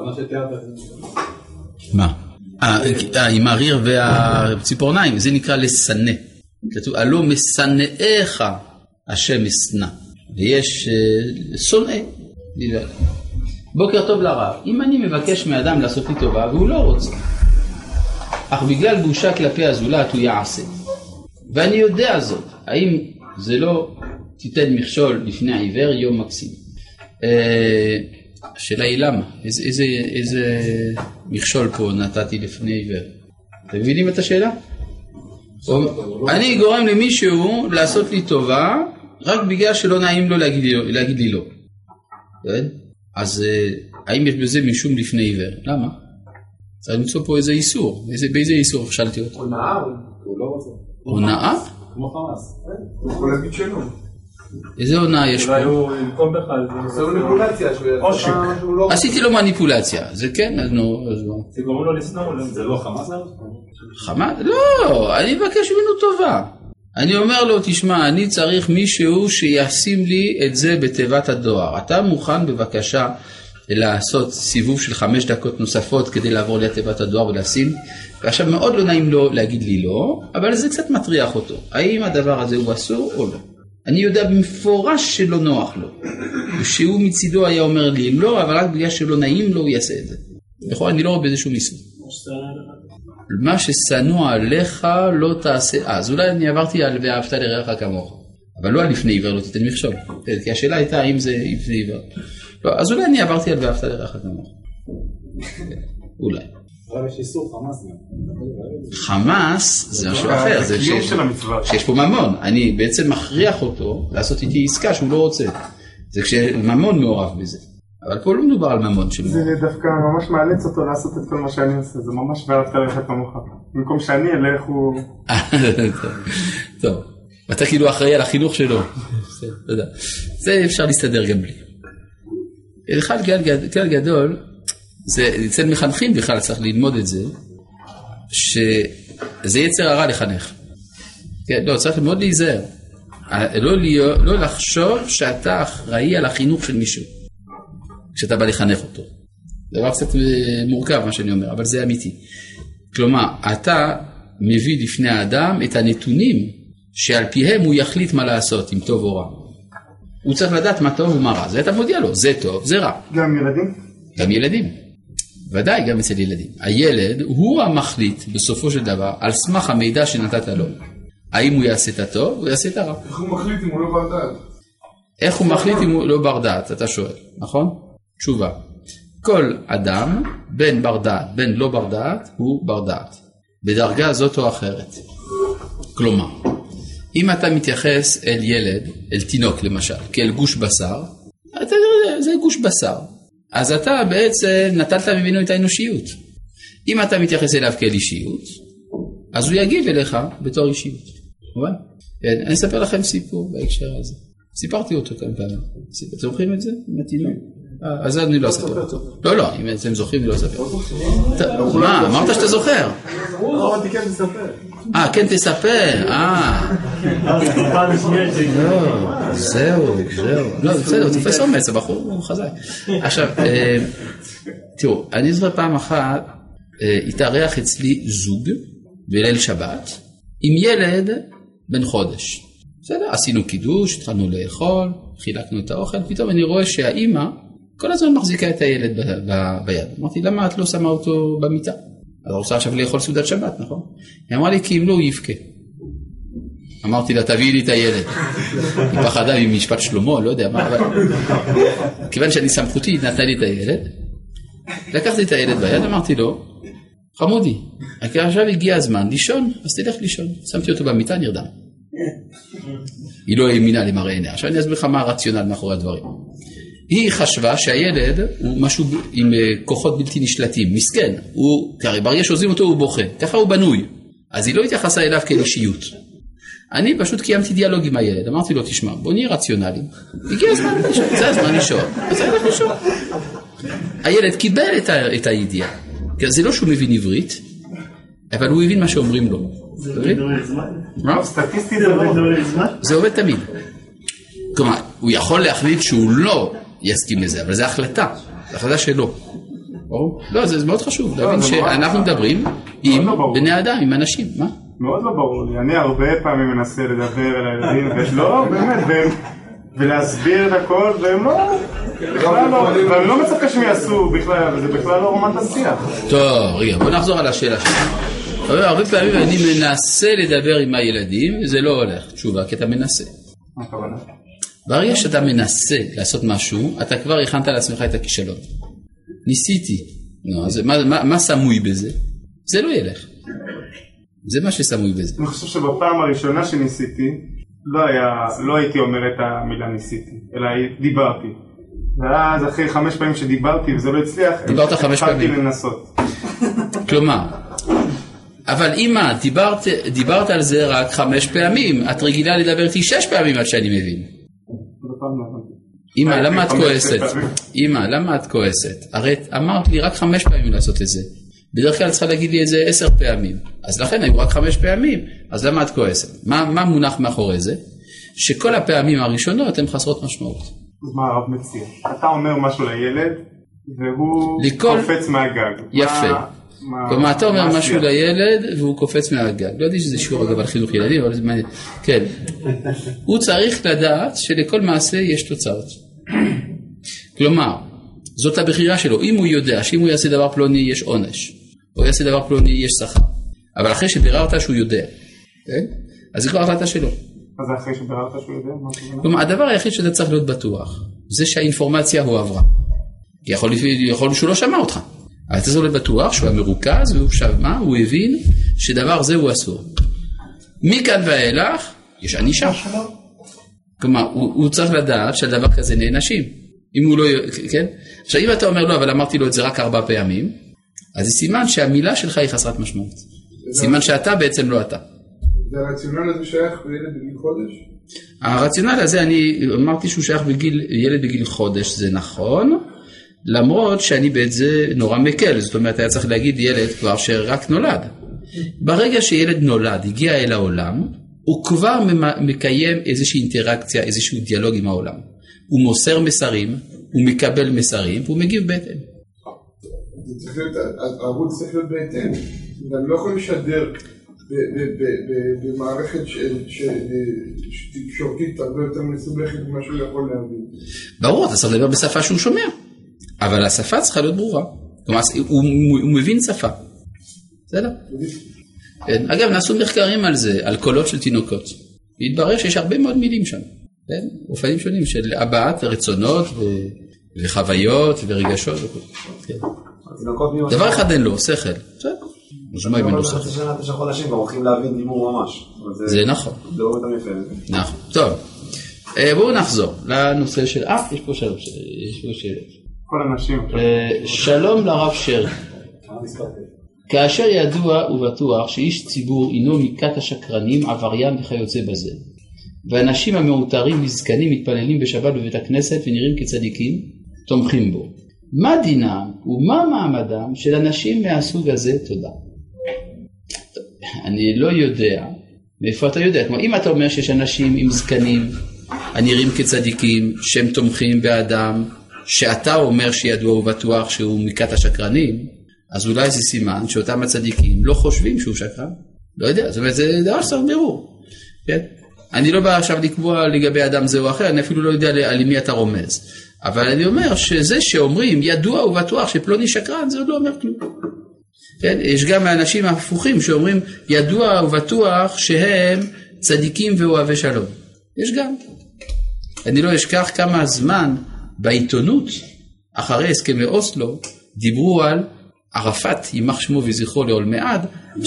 מה? עם הריר והציפורניים, זה נקרא לסנא. כתוב, הלא מסנאיך השם אשנא. ויש שונא. בוקר טוב לרב. אם אני מבקש מאדם לעשות לי טובה, והוא לא רוצה, אך בגלל בושה כלפי הזולת הוא יעשה. ואני יודע זאת. האם זה לא תיתן מכשול לפני העיוור יום מקסים? השאלה היא למה? איזה מכשול פה נתתי לפני עיוור? אתם מבינים את השאלה? אני גורם למישהו לעשות לי טובה רק בגלל שלא נעים לו להגיד לי לא. אז האם יש בזה משום לפני עיוור? למה? צריך למצוא פה איזה איסור. באיזה איסור שאלתי אותו? הונאה, הוא לא רוצה. הונאה? כמו חמאס. הוא יכול להגיד שלא. איזה הונאה יש פה? אולי הוא ינקום בך, זה מניפולציה. עשיתי לו מניפולציה, זה כן, אז נו. זה גורם לו לשנוא. זה לא חמאס? חמאס? לא, אני מבקש ממנו טובה. אני אומר לו, תשמע, אני צריך מישהו שישים לי את זה בתיבת הדואר. אתה מוכן בבקשה לעשות סיבוב של 5 דקות נוספות כדי לעבור ליד תיבת הדואר ולשים? ועכשיו מאוד לא נעים לו להגיד לי לא, אבל זה קצת מטריח אותו. האם הדבר הזה הוא אסור או לא? אני יודע במפורש שלא נוח לו. ושהוא מצידו היה אומר לי לא, אבל רק בגלל שלא נעים לו הוא יעשה את זה. נכון, אני לא רואה באיזשהו מיסור. מה ששנוא עליך לא תעשה. אז אולי אני עברתי על ואהבת לרעך כמוך. אבל לא על לפני עיוור לא תיתן מכשול. כי השאלה הייתה האם זה לפני עיוור. לא, אז אולי אני עברתי על ואהבת לרעך כמוך. אולי. אבל יש איסור חמאס גם. חמאס זה משהו אחר. זה שיש פה ממון. אני בעצם מכריח אותו לעשות איתי עסקה שהוא לא רוצה. זה כשממון מעורב בזה. אבל פה לא מדובר על ממון שלו. זה דווקא ממש מאלץ אותו לעשות את כל מה שאני עושה. זה ממש ואהבת לרעך כמוך. במקום שאני אלך הוא... טוב. ואתה כאילו אחראי על החינוך שלו. זה אפשר להסתדר גם בלי. אחד כלל גדול, זה אצל מחנכים בכלל צריך ללמוד את זה, שזה יצר הרע לחנך. לא, צריך מאוד להיזהר. לא לחשוב שאתה אחראי על החינוך של מישהו. כשאתה בא לחנך אותו. זה דבר קצת מורכב מה שאני אומר, אבל זה אמיתי. כלומר, אתה מביא לפני האדם את הנתונים שעל פיהם הוא יחליט מה לעשות, אם טוב או רע. הוא צריך לדעת מה טוב ומה רע. זה אתה מודיע לו, זה טוב, זה רע. גם ילדים? גם ילדים. ודאי, גם אצל ילדים. הילד הוא המחליט בסופו של דבר על סמך המידע שנתת לו. האם הוא יעשה את הטוב או יעשה את הרע. איך הוא מחליט אם הוא לא בר דעת? איך הוא מחליט אם הוא לא בר דעת, אתה שואל, נכון? תשובה. כל אדם, בין בר דעת, בין לא בר דעת, הוא בר דעת. בדרגה זאת או אחרת. כלומר, אם אתה מתייחס אל ילד, אל תינוק למשל, כאל גוש בשר, זה גוש בשר. אז אתה בעצם נטלת ממנו את האנושיות. אם אתה מתייחס אליו כאל אישיות, אז הוא יגיב אליך בתור אישיות. אני אספר לכם סיפור בהקשר הזה. סיפרתי אותו כמה פעמים. אתם זוכרים את זה? עם התינוק? אז אני לא אספר אותו. לא, אם אתם זוכרים, אני לא אספר. מה? אמרת שאתה זוכר? אמרתי כן תספר. כן תספר. זהו. לא, בסדר, תופס אומץ, הבחור הוא חזק. עכשיו, תראו, אני זוכר פעם אחת, התארח אצלי זוג בליל שבת, עם ילד בן חודש. בסדר, עשינו קידוש, התחלנו לאכול, חילקנו את האוכל, פתאום אני רואה שהאימא כל הזמן מחזיקה את הילד ביד. אמרתי, למה את לא שמה אותו במיטה? אז רוצה עכשיו לאכול סעודת שבת, נכון? היא אמרה לי, כי אם לא, הוא יבכה. אמרתי לה, תביאי לי את הילד. היא פחדה ממשפט שלמה, לא יודע מה, אבל... כיוון שאני סמכותי, נתנה לי את הילד. לקחתי את הילד ביד, אמרתי לו, חמודי, עכשיו הגיע הזמן לישון, אז תלך לישון. שמתי אותו במיטה, נרדם. היא לא האמינה למראה עיניה. עכשיו אני אסביר לך מה הרציונל מאחורי הדברים. היא חשבה שהילד הוא משהו עם כוחות בלתי נשלטים, מסכן. תראי, ברגע שעוזבים אותו הוא בוכה, ככה הוא בנוי. אז היא לא התייחסה אליו כאל אישיות. אני פשוט קיימתי דיאלוג עם הילד, אמרתי לו, תשמע, בוא נהיה רציונליים. הגיע הזמן לישון, זה הזמן לישון. אז הילד לישון. הילד קיבל את הידיעה. זה לא שהוא מבין עברית, אבל הוא הבין מה שאומרים לו. זה עובד זמן? סטטיסטית זה לא עובד זמן? זה עובד תמיד. כלומר, הוא יכול להחליט שהוא לא יסכים לזה, אבל זו החלטה. זו החלטה שלו. לא, זה מאוד חשוב להבין שאנחנו מדברים עם בני אדם, עם אנשים. מה? מאוד לא ברור לי. אני הרבה פעמים מנסה לדבר על הילדים, לא, באמת, ולהסביר את הכל, והם לא מצפה שהם יעשו בכלל, וזה בכלל לא רומן השיח. טוב, רגע, בוא נחזור על השאלה שלך. הרבה פעמים אני מנסה לדבר עם הילדים, וזה לא הולך. תשובה, כי אתה מנסה. מה הכוונה? ברגע שאתה מנסה לעשות משהו, אתה כבר הכנת לעצמך את הכישלון. ניסיתי. לא, אז מה סמוי בזה? זה לא ילך. זה מה שסמוי בזה. אני חושב שבפעם הראשונה שניסיתי, לא הייתי אומר את המילה ניסיתי, אלא דיברתי. ואז אחרי 5 פעמים שדיברתי וזה לא הצליח, דיברת 5 פעמים. התחלתי לנסות. כלומר, אבל אמא, דיברת על זה רק 5 פעמים, את רגילה לדבר איתי 6 פעמים עד שאני מבין. אמא, למה את כועסת? אמא, למה את כועסת? הרי אמרת לי רק 5 פעמים לעשות את זה. בדרך כלל צריכה להגיד לי את זה 10 פעמים. אז לכן היו רק 5 פעמים. אז למה את כועסת? מה מונח מאחורי זה? שכל הפעמים הראשונות הן חסרות משמעות. אז מה הרב מציע? אתה אומר משהו לילד, והוא קופץ מהגג. יפה. כלומר, אתה אומר משהו לילד, והוא קופץ מהגג. לא יודעת שזה שיעור אגב על חינוך ילדים, אבל זה מעניין. כן. הוא צריך לדעת שלכל מעשה יש תוצאות. כלומר, זאת הבחירה שלו. אם הוא יודע שאם הוא יעשה דבר פלוני יש עונש, או יעשה דבר פלוני יש שכר. אבל אחרי שביררת שהוא יודע, אז זה כבר החלטה שלו. אז אחרי שביררת שהוא יודע? כלומר, הדבר היחיד שאתה צריך להיות בטוח, זה שהאינפורמציה הוא עברה. יכול שהוא לא שמע אותך. אבל אתה צריך להיות בטוח שהוא המרוכז, והוא שמע, הוא הבין שדבר זה הוא אסור. מכאן ואילך, יש ענישה. כלומר, הוא צריך לדעת שהדבר כזה נענשים. אם הוא לא, כן? עכשיו, אם אתה אומר לו, אבל אמרתי לו את זה רק 4 פעמים, אז זה סימן שהמילה שלך היא חסרת משמעות. סימן שאתה בעצם לא אתה. והרציונל הזה שייך בילד בגיל חודש? הרציונל הזה, אני אמרתי שהוא שייך ילד בגיל חודש, זה נכון, למרות שאני בזה נורא מקל, זאת אומרת, היה צריך להגיד ילד כבר שרק נולד. ברגע שילד נולד, הגיע אל העולם, הוא כבר מקיים איזושהי אינטראקציה, איזשהו דיאלוג עם העולם. הוא מוסר מסרים, הוא מקבל מסרים, והוא מגיב בהתאם. הערוץ צריך להיות בהתאם. אני לא יכול לשדר במערכת תקשורתית הרבה יותר מסובכת ממה שהוא יכול להבין. ברור, אתה צריך לדבר בשפה שהוא שומע. אבל השפה צריכה להיות ברורה. כלומר, הוא מבין שפה. בסדר? אגב, נעשו מחקרים על זה, על קולות של תינוקות. והתברר שיש הרבה מאוד מילים שם. אופנים שונים של הבעת רצונות וחוויות ורגשות. דבר אחד אין לו, שכל. בסדר. נשמע ממנו שכל. חצי שנה 9 חודשים, כבר הולכים להבין דיבור ממש. זה נכון. זה לא אותם יפה. נכון. טוב. בואו נחזור לנושא של... יש פה שאלות. כל אנשים. שלום לרב שרי. כאשר ידוע ובטוח שאיש ציבור אינו מכת השקרנים, עבריין וכיוצא בזה, ואנשים המאותרים מזקנים מתפללים בשבת בבית הכנסת ונראים כצדיקים, תומכים בו. מה דינם ומה מעמדם של אנשים מהסוג הזה? תודה. אני לא יודע, מאיפה אתה יודע? כמו אם אתה אומר שיש אנשים עם זקנים, הנראים כצדיקים, שהם תומכים באדם, שאתה אומר שידוע ובטוח שהוא מכת השקרנים, אז אולי זה סימן שאותם הצדיקים לא חושבים שהוא שקרן. לא יודע, זאת אומרת, זה דבר שצריך בירור. כן? אני לא בא עכשיו לקבוע לגבי אדם זה או אחר, אני אפילו לא יודע על מי אתה רומז. אבל אני אומר שזה שאומרים ידוע ובטוח שפלוני שקרן, זה עוד לא אומר כלום. כן? יש גם האנשים ההפוכים שאומרים ידוע ובטוח שהם צדיקים ואוהבי שלום. יש גם. אני לא אשכח כמה זמן בעיתונות, אחרי הסכמי אוסלו, דיברו על ערפאת, יימח שמו וזכרו לעולמי עד,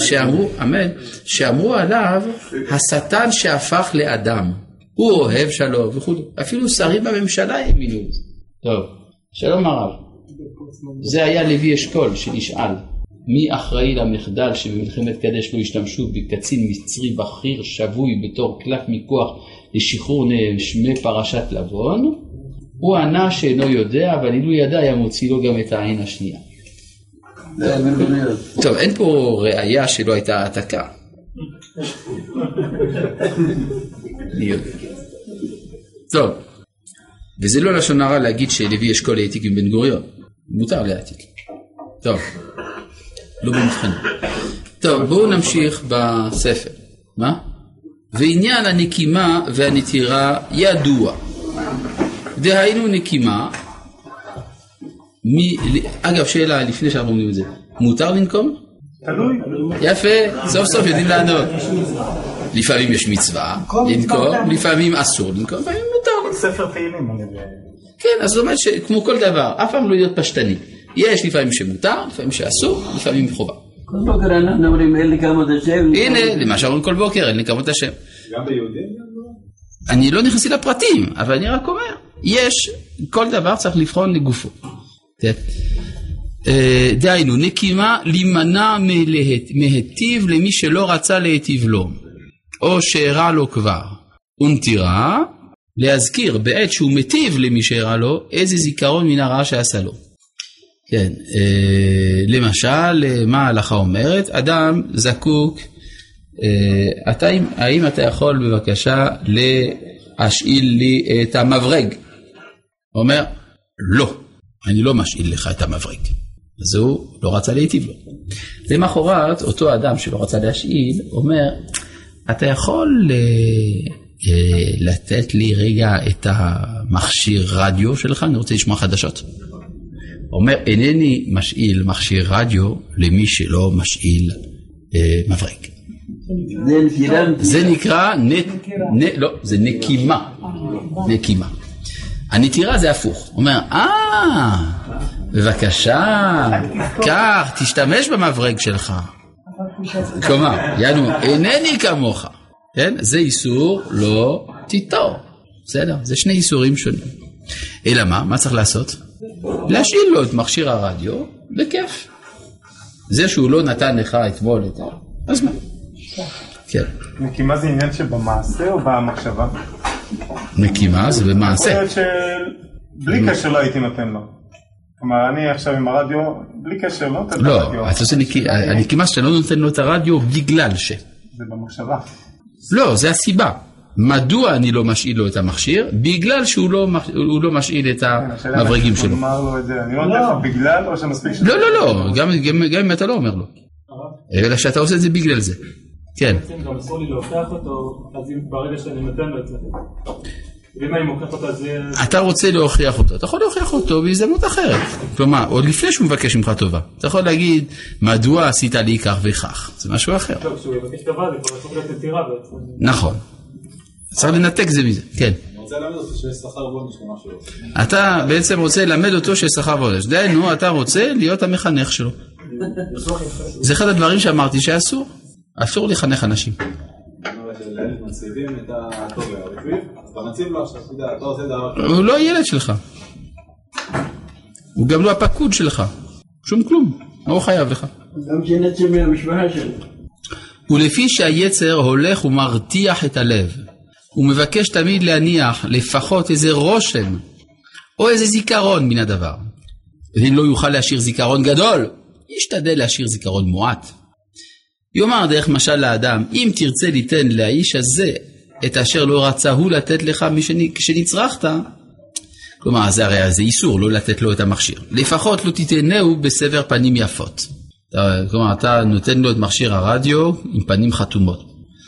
שאמרו עליו השטן שהפך לאדם. הוא אוהב שלום וכו'. אפילו שרים בממשלה האמינו את זה. טוב, שלום הרב. זה היה לוי אשכול שנשאל, מי אחראי למחדל שבמלחמת קדש לא השתמשו בקצין מצרי בכיר שבוי בתור קלף מכוח לשחרור נאשמי פרשת לבון? הוא ענה שאינו יודע, אבל אילו ידע היה מוציא לו גם את העין השנייה. טוב, אין פה ראייה שלא הייתה העתקה. טוב, וזה לא לשון הרע להגיד שלוי אשכול העתיק עם בן גוריון. מותר להעתיק. טוב, לא במבחן. טוב, בואו נמשיך בספר. מה? ועניין הנקימה והנטירה ידוע. דהיינו נקימה, אגב שאלה לפני שאנחנו אומרים את זה, מותר לנקום? תלוי. יפה, סוף סוף יודעים לענות. לפעמים יש מצווה לנקום, לפעמים אסור לנקום, לפעמים מותר ספר תהילים. כן, אז זאת אומרת שכמו כל דבר, אף פעם לא להיות פשטני. יש לפעמים שמותר, לפעמים שאסור, לפעמים חובה. כל בוקר אנחנו אומרים אין לי כמות השם. הנה, למה שאומרים כל בוקר, אין לי כמות השם. גם ביהודים? אני לא נכנסתי לפרטים, אבל אני רק אומר, יש, כל דבר צריך לבחון לגופו. דהיינו, נקימה להימנע מהטיב למי שלא רצה להטיב לו, או שהרע לו כבר. ונטירה, להזכיר בעת שהוא מטיב למי שהרע לו, איזה זיכרון מן הרעה שעשה לו. כן, למשל, מה ההלכה אומרת? אדם זקוק, האם אתה יכול בבקשה להשאיל לי את המברג? הוא אומר, לא, אני לא משאיל לך את המברג. אז הוא לא רצה להיטיב לו. למחרת, אותו אדם שלא רצה להשאיל, אומר, אתה יכול לתת לי רגע את המכשיר רדיו שלך, אני רוצה לשמוע חדשות. הוא אומר, אינני משאיל מכשיר רדיו למי שלא משאיל מברג. זה נקרא, לא, זה נקימה. נקימה. הנטירה זה הפוך. הוא אומר, בבקשה, כך, תשתמש במברג שלך. כלומר, יענו, אינני כמוך. כן? זה איסור לא תיטור. בסדר? זה שני איסורים שונים. אלא מה? מה צריך לעשות? להשאיל לו את מכשיר הרדיו בכיף. זה שהוא לא נתן לך אתמול את אז מה? כן. נקימה זה עניין שבמעשה או במחשבה? נקימה זה במעשה. יכול להיות שבלי קשר לא הייתי נותן לו. כלומר, אני עכשיו עם הרדיו, בלי קשר לא נותן לו רדיו. לא, אתה עושה הנקימה שאתה לא נותן לו את הרדיו בגלל ש... זה במחשבה. לא, זה הסיבה. מדוע אני לא משאיל לו את המכשיר? בגלל שהוא לא משאיל את המברגים שלו. אני לא יודע לך בגלל או שמספיק... לא, לא, לא, גם אם אתה לא אומר לו. אלא שאתה עושה את זה בגלל זה. כן. גם אסור לי להוכיח אותו, אז ברגע שאני נותן לו את זה. ואם אני מוכיח אותו, אז... אתה רוצה להוכיח אותו, אתה יכול להוכיח אותו בהזדמנות אחרת. כלומר, עוד לפני שהוא מבקש ממך טובה. אתה יכול להגיד, מדוע עשית לי כך וכך? זה משהו אחר. טוב, כשהוא יבקש טובה, זה כבר צריך להיות נטירה בעצם. נכון. צריך לנתק זה מזה, כן. אני רוצה ללמד אותו שיש שכר ועונש למשהו. אתה בעצם רוצה ללמד אותו שיש שכר ועונש. דהיינו, אתה רוצה להיות המחנך שלו. זה אחד הדברים שאמרתי שאסור. אסור לחנך אנשים. מציבים את הטוב והרביב, אז אתה מציב לו עכשיו, אתה עושה דבר... הוא לא ילד שלך. הוא גם לא הפקוד שלך. שום כלום. מה הוא חייב לך? גם שנצא מהמשפחה שלו. ולפי שהיצר הולך ומרתיח את הלב, הוא מבקש תמיד להניח לפחות איזה רושם, או איזה זיכרון מן הדבר. ואם לא יוכל להשאיר זיכרון גדול, ישתדל להשאיר זיכרון מועט. יאמר דרך משל לאדם, אם תרצה ליתן לאיש הזה את אשר לא רצה הוא לתת לך כשנצרכת, כלומר זה הרי זה איסור לא לתת לו את המכשיר, לפחות לא תיתנהו בסבר פנים יפות. כלומר אתה נותן לו את מכשיר הרדיו עם פנים חתומות,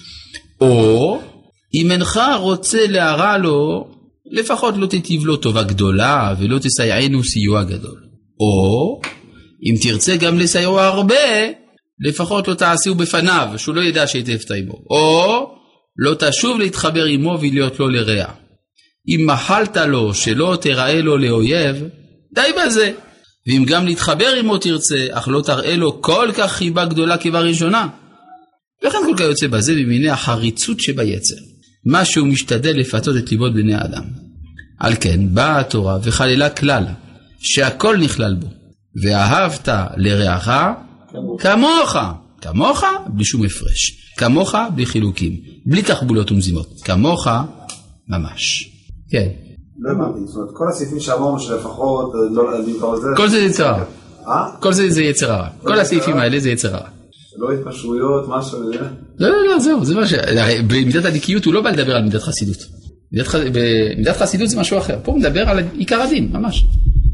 או אם אינך רוצה להרע לו, לפחות לא תטיב לו טובה גדולה ולא תסייענו סיוע גדול, או אם תרצה גם לסייעו הרבה, לפחות לא תעשהו בפניו, שהוא לא ידע שהיטבת עמו. או לא תשוב להתחבר עמו ולהיות לו לרע. אם מחלת לו שלא תראה לו לאויב, די בזה. ואם גם להתחבר עמו תרצה, אך לא תראה לו כל כך חיבה גדולה כבראשונה. וכן כל כך יוצא בזה במיני החריצות שביצר. מה שהוא משתדל לפתות את ליבות בני האדם. על כן באה התורה וחללה כלל, שהכל נכלל בו. ואהבת לרעך, כמוך, כמוך בלי שום הפרש, כמוך בלי חילוקים, בלי תחבולות ומזימות, כמוך ממש. כן. לא הבנתי, זאת אומרת, כל הסעיפים שאמרנו שלפחות לא להדביק על זה... כל זה יצר הרע. כל זה יצר הרע. כל הסעיפים האלה זה יצר הרע. לא התפשרויות, משהו... לא, לא, לא, זהו, זה מה ש... במידת הדיקיות הוא לא בא לדבר על מידת חסידות. במידת חסידות זה משהו אחר. פה הוא מדבר על עיקר הדין, ממש.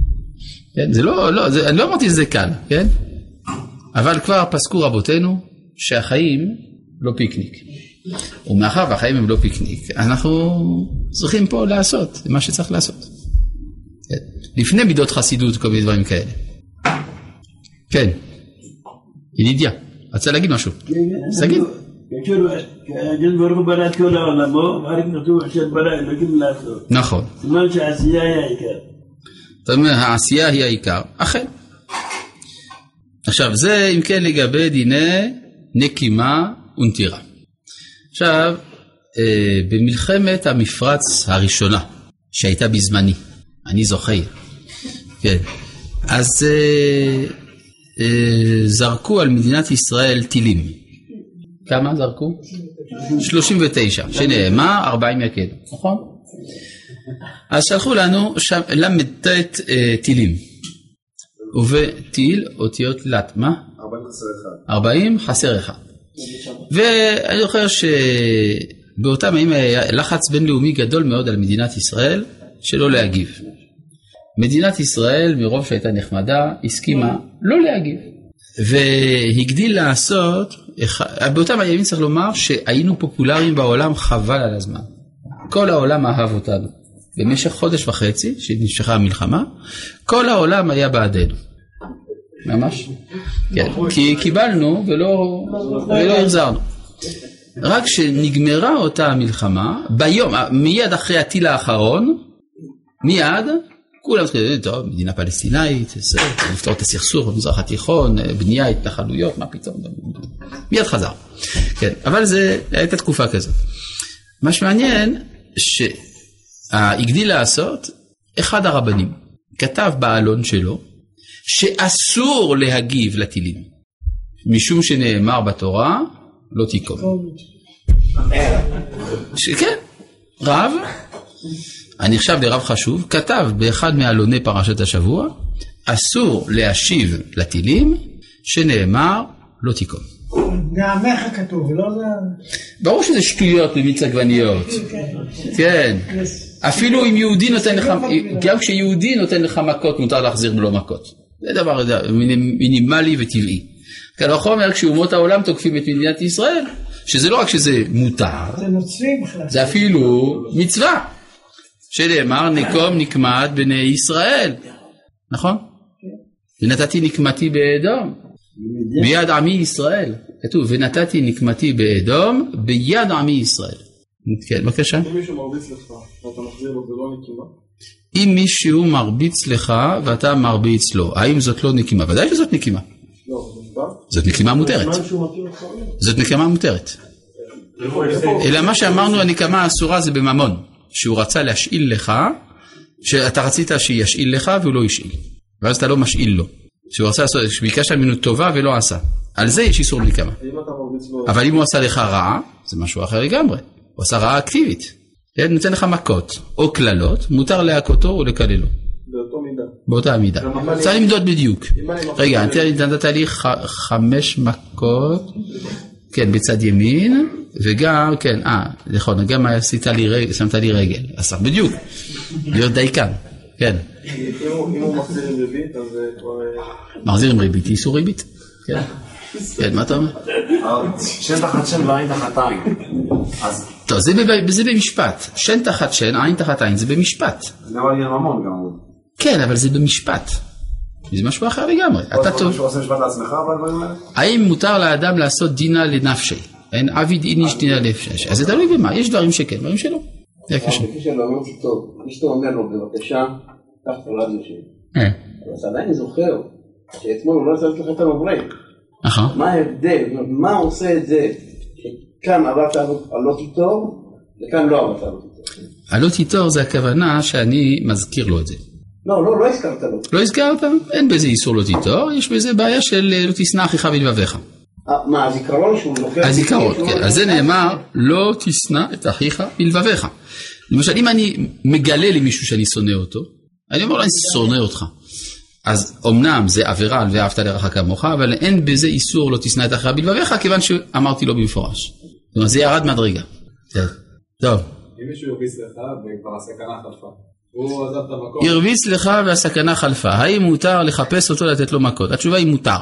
זה לא, אני לא אמרתי שזה קל, כן? אבל כבר פסקו רבותינו שהחיים לא פיקניק. ומאחר והחיים הם לא פיקניק, אנחנו צריכים פה לעשות מה שצריך לעשות. לפני מידות חסידות, כל מיני דברים כאלה. כן. ידידיה, רצה להגיד משהו. תגיד. הקדוש ברוך הוא בנה את כל העולמו, ואחר כך כתוב עכשיו בנה אלוקים לעשות. נכון. סימן שהעשייה היא העיקר. זאת אומרת, העשייה היא העיקר. אכן. עכשיו, זה אם כן לגבי דיני נקימה ונטירה. עכשיו, במלחמת המפרץ הראשונה, שהייתה בזמני, אני זוכר, כן, אז זרקו על מדינת ישראל טילים. כמה זרקו? 39, שנאמר 40 יקדו, נכון? אז שלחו לנו שם למדת טילים, ובטיל אותיות לת, מה? 40 חסר אחד. ואני זוכר שבאותם הימים היה לחץ בינלאומי גדול מאוד על מדינת ישראל שלא להגיב. מדינת ישראל מרוב שהייתה נחמדה הסכימה לא להגיב, והגדיל לעשות, באותם הימים צריך לומר שהיינו פופולריים בעולם חבל על הזמן. כל העולם אהב אותנו. במשך חודש וחצי שנמשכה המלחמה, כל העולם היה בעדנו. ממש? כן, כי קיבלנו ולא החזרנו. רק שנגמרה אותה המלחמה, ביום, מיד אחרי הטיל האחרון, מיד, כולם צריכים, טוב, מדינה פלסטינאית, לפתור את הסכסוך במזרח התיכון, בנייה, התנחלויות, מה פתאום, מיד חזר. כן, אבל זה הייתה תקופה כזאת. מה שמעניין, שהגדיל לעשות, אחד הרבנים כתב בעלון שלו, שאסור להגיב לטילים, משום שנאמר בתורה, לא תיקום. כן, רב, אני עכשיו ברב חשוב, כתב באחד מעלוני פרשת השבוע, אסור להשיב לטילים, שנאמר, לא תיקום. נעמך כתוב, לא זה... ברור שזה שטויות במיץ עגבניות. כן. אפילו אם יהודי נותן לך, גם כשיהודי נותן לך מכות, מותר להחזיר בלו מכות. זה דבר מינימלי וטבעי. כאן החומר, כשאומות העולם תוקפים את מדינת ישראל, שזה לא רק שזה מותר, זה אפילו מצווה. שנאמר, נקום נקמת בני ישראל. נכון? ונתתי נקמתי באדום. ביד עמי ישראל. כתוב, ונתתי נקמתי באדום ביד עמי ישראל. כן, בבקשה. אם מישהו מרביץ לך ואתה מחזיר לו, זה לא נקימה? אם מישהו מרביץ לך ואתה מרביץ לו, האם זאת לא נקימה? ודאי שזאת נקימה. לא, זה נקמה? זאת נקימה מותרת. זאת נקימה מותרת. אלא מה שאמרנו, הנקמה האסורה זה בממון. שהוא רצה להשאיל לך, שאתה רצית שישאיל לך והוא לא ישאיל. ואז אתה לא משאיל לו. שהוא רצה לעשות, שביקשת ממנו טובה ולא עשה. על זה יש איסור נקמה. אבל אם הוא עשה לך רעה, זה משהו אחר לגמרי. הוא עשה רעה אקטיבית. נותן לך מכות או כללות, מותר להכותו או לקללו. באותו מידה. באותה מידה. צריך למדוד בדיוק. רגע, נתת לי 5 מכות, כן, בצד ימין, וגם, כן, נכון, גם שמת לי רגל. אז בדיוק. להיות דייקן. כן. אם הוא מחזיר עם ריבית, אז כבר... מחזיר עם ריבית, איסור ריבית. כן. כן, מה אתה אומר? שן תחת שן ועין תחת עין. טוב, זה במשפט. שן תחת שן, עין תחת עין, זה במשפט. זה נראה לי ממון גם. כן, אבל זה במשפט. זה משהו אחר לגמרי. אתה טוב. שהוא עושה משפט לעצמך, אבל... האם מותר לאדם לעשות דינה לנפשי? אין עביד איניש דינה לנפשי. אז זה תלוי במה. יש דברים שכן, דברים שלא. זה הקשר. בקשר לאמרתי טוב, אשתו אומר לו, בבקשה, תחת הרדיו שלי. אבל עדיין זוכר שאתמול הוא לא צריך לך את המברק. מה ההבדל? מה עושה את זה? שכאן עברת על לא תיתור, וכאן לא עברת על לא תיתור. על לא תיתור זה הכוונה שאני מזכיר לו את זה. לא הזכרת לו. לא הזכרת? אין בזה איסור לא תיתור, יש בזה בעיה של לא תשנא אחיך בלבביך. מה, הזיכרון שהוא זוכר? הזיכרון, כן. אז זה נאמר, לא תשנא את אחיך בלבביך. למשל, אם אני מגלה למישהו שאני שונא אותו, אני אומר לו, אני שונא אותך. אז אמנם זה עבירה על ואהבת לרעך כמוך, אבל אין בזה איסור לא תשנא את אחיך בלבביך, כיוון שאמרתי לו במפורש. זאת אומרת, זה ירד מדרגה. טוב. אם מישהו ירביץ לך וכבר הסכנה חלפה, הוא עזב את המקום. ירביץ לך והסכנה חלפה. האם מותר לחפש אותו לתת לו מכות? התשובה היא מותר.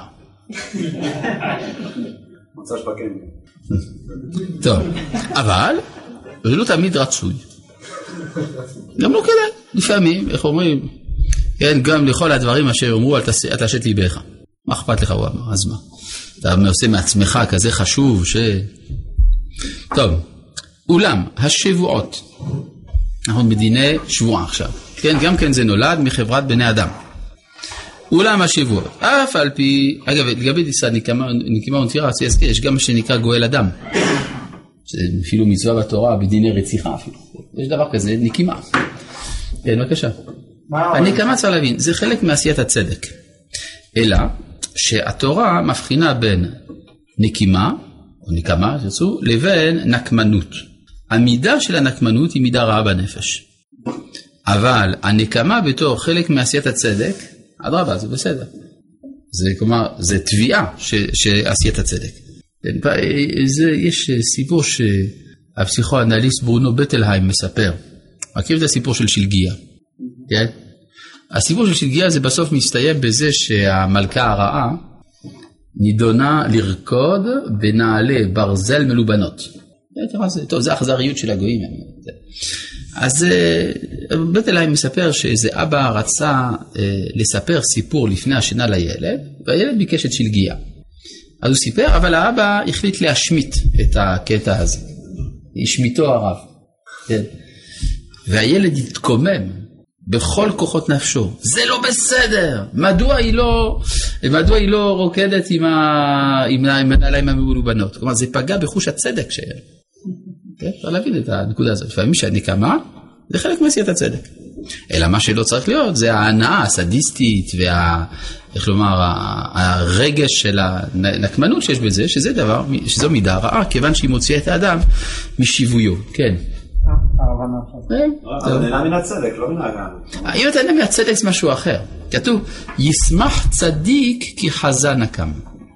מצא שפקן. טוב. אבל, זה לא תמיד רצוי. גם לא כדאי. לפעמים, איך אומרים, כן, גם לכל הדברים אשר אומרו, אל תשת ליבך. מה אכפת לך, הוא אמר? אז מה? אתה עושה מעצמך כזה חשוב טוב, אולם השבועות, אנחנו מדיני שבועה עכשיו, כן, גם כן זה נולד מחברת בני אדם. אולם השבועות, אף על פי, אגב, לגבי דיסה נקימה ונטירה, יש גם מה שנקרא גואל אדם. זה אפילו מצווה בתורה בדיני רציחה אפילו. יש דבר כזה, נקימה. כן, בבקשה. הנקמה צריך להבין, זה חלק מעשיית הצדק. אלא שהתורה מבחינה בין נקימה, או נקמה, שרצו, לבין נקמנות. המידה של הנקמנות היא מידה רעה בנפש. אבל הנקמה בתור חלק מעשיית הצדק, אדרבה, זה בסדר. זה, כלומר, זה תביעה שעשיית הצדק. יש סיפור שהפסיכואנליסט ברונו בטלהיים מספר. מכיר את הסיפור של שלגיה? כן? הסיפור של שלגיה זה בסוף מסתיים בזה שהמלכה הרעה נידונה לרקוד בנעלי ברזל מלובנות. טוב, זה האכזריות של הגויים. אז בטלהיים מספר שאיזה אבא רצה לספר סיפור לפני השינה לילד, והילד ביקש את שלגיה. אז הוא סיפר, אבל האבא החליט להשמיט את הקטע הזה. השמיטו הרב. כן. והילד התקומם בכל כוחות נפשו. זה לא בסדר. מדוע היא לא רוקדת עם הנעליים המלובנות? כלומר, זה פגע בחוש הצדק שהיה. כן? צריך להבין את הנקודה הזאת. לפעמים שהנקמה זה חלק מעשיית הצדק. אלא מה שלא צריך להיות זה ההנאה הסדיסטית איך לומר, הרגש של הנקמנות שיש בזה, שזה דבר, שזו מידה רעה, כיוון שהיא מוציאה את האדם משיוויו. כן. אבל נהנה מן הצדק, לא מן ההגנה. אם אתה נהנה מן הצדק זה משהו אחר. כתוב, ישמח צדיק כי חזה נקם.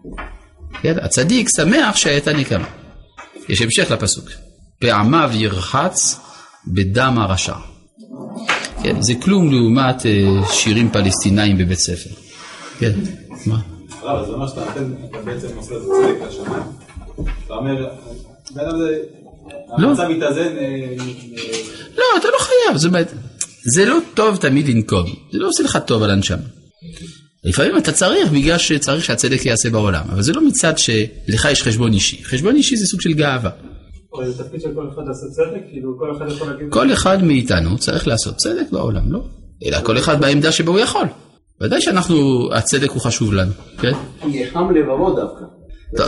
הצדיק שמח שהייתה נקמה. יש המשך לפסוק. פעמיו ירחץ בדם הרשע. כן, זה כלום לעומת שירים פלסטינאים בבית ספר. כן, מה? רב, זה אומר שאתה בעצם עושה את הצדק לשמיים. אתה אומר, בעצם זה, המצב מתאזן... לא, אתה לא חייב, זאת אומרת, זה לא טוב תמיד לנקום, זה לא עושה לך טוב על הנשמה. לפעמים אתה צריך בגלל שצריך שהצדק יעשה בעולם, אבל זה לא מצד שלך יש חשבון אישי. חשבון אישי זה סוג של גאווה. אבל זה תפקיד של כל אחד לעשות צדק? כאילו כל אחד יכול להגיד... כל אחד מאיתנו צריך לעשות צדק בעולם, לא? אלא כל אחד בעמדה שבו הוא יכול. ודאי שאנחנו, הצדק הוא חשוב לנו, כן? יחם לבבו דווקא.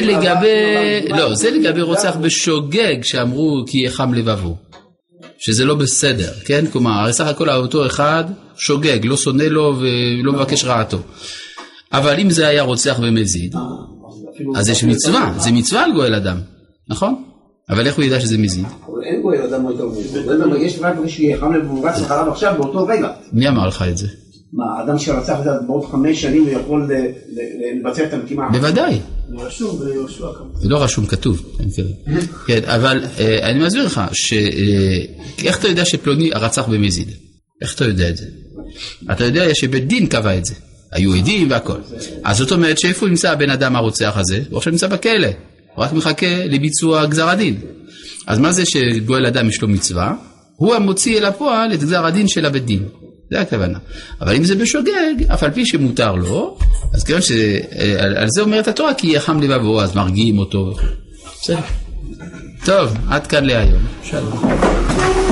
זה לגבי רוצח בשוגג שאמרו כי יחם לבבו. שזה לא בסדר, כן? כלומר, הרי סך הכל אותו אחד שוגג, לא שונא לו ולא מבקש רעתו. אבל אם זה היה רוצח ומזיד, אז יש מצווה, זה מצווה על גואל אדם, נכון? אבל איך הוא ידע שזה מזיד? אבל אין גואל אדם לא יותר מזיד. יש רק שיחם לבבו רץ אחריו עכשיו באותו רגע. מי אמר לך את זה? מה, האדם שרצח את זה בעוד 5 שנים ויכול לבצע את הנקימה? בוודאי. זה רשום ביהושע כמובן. זה לא רשום, כתוב. כן, אבל אני מסביר לך, איך אתה יודע שפלוני הרצח במזיד? איך אתה יודע את זה? אתה יודע שבית דין קבע את זה. היו עדים והכל. אז זאת אומרת שאיפה נמצא הבן אדם הרוצח הזה? הוא עכשיו נמצא בכלא. הוא רק מחכה לביצוע גזר הדין. אז מה זה שגואל אדם יש לו מצווה? הוא המוציא אל הפועל את גזר הדין של הבית דין. זה הכוונה. אבל אם זה בשוגג, אף על פי שמותר לו, אז כיוון שעל זה אומרת התורה, כי יחם לבבו, אז מרגיעים אותו. בסדר. טוב, עד כאן להיום. שלום.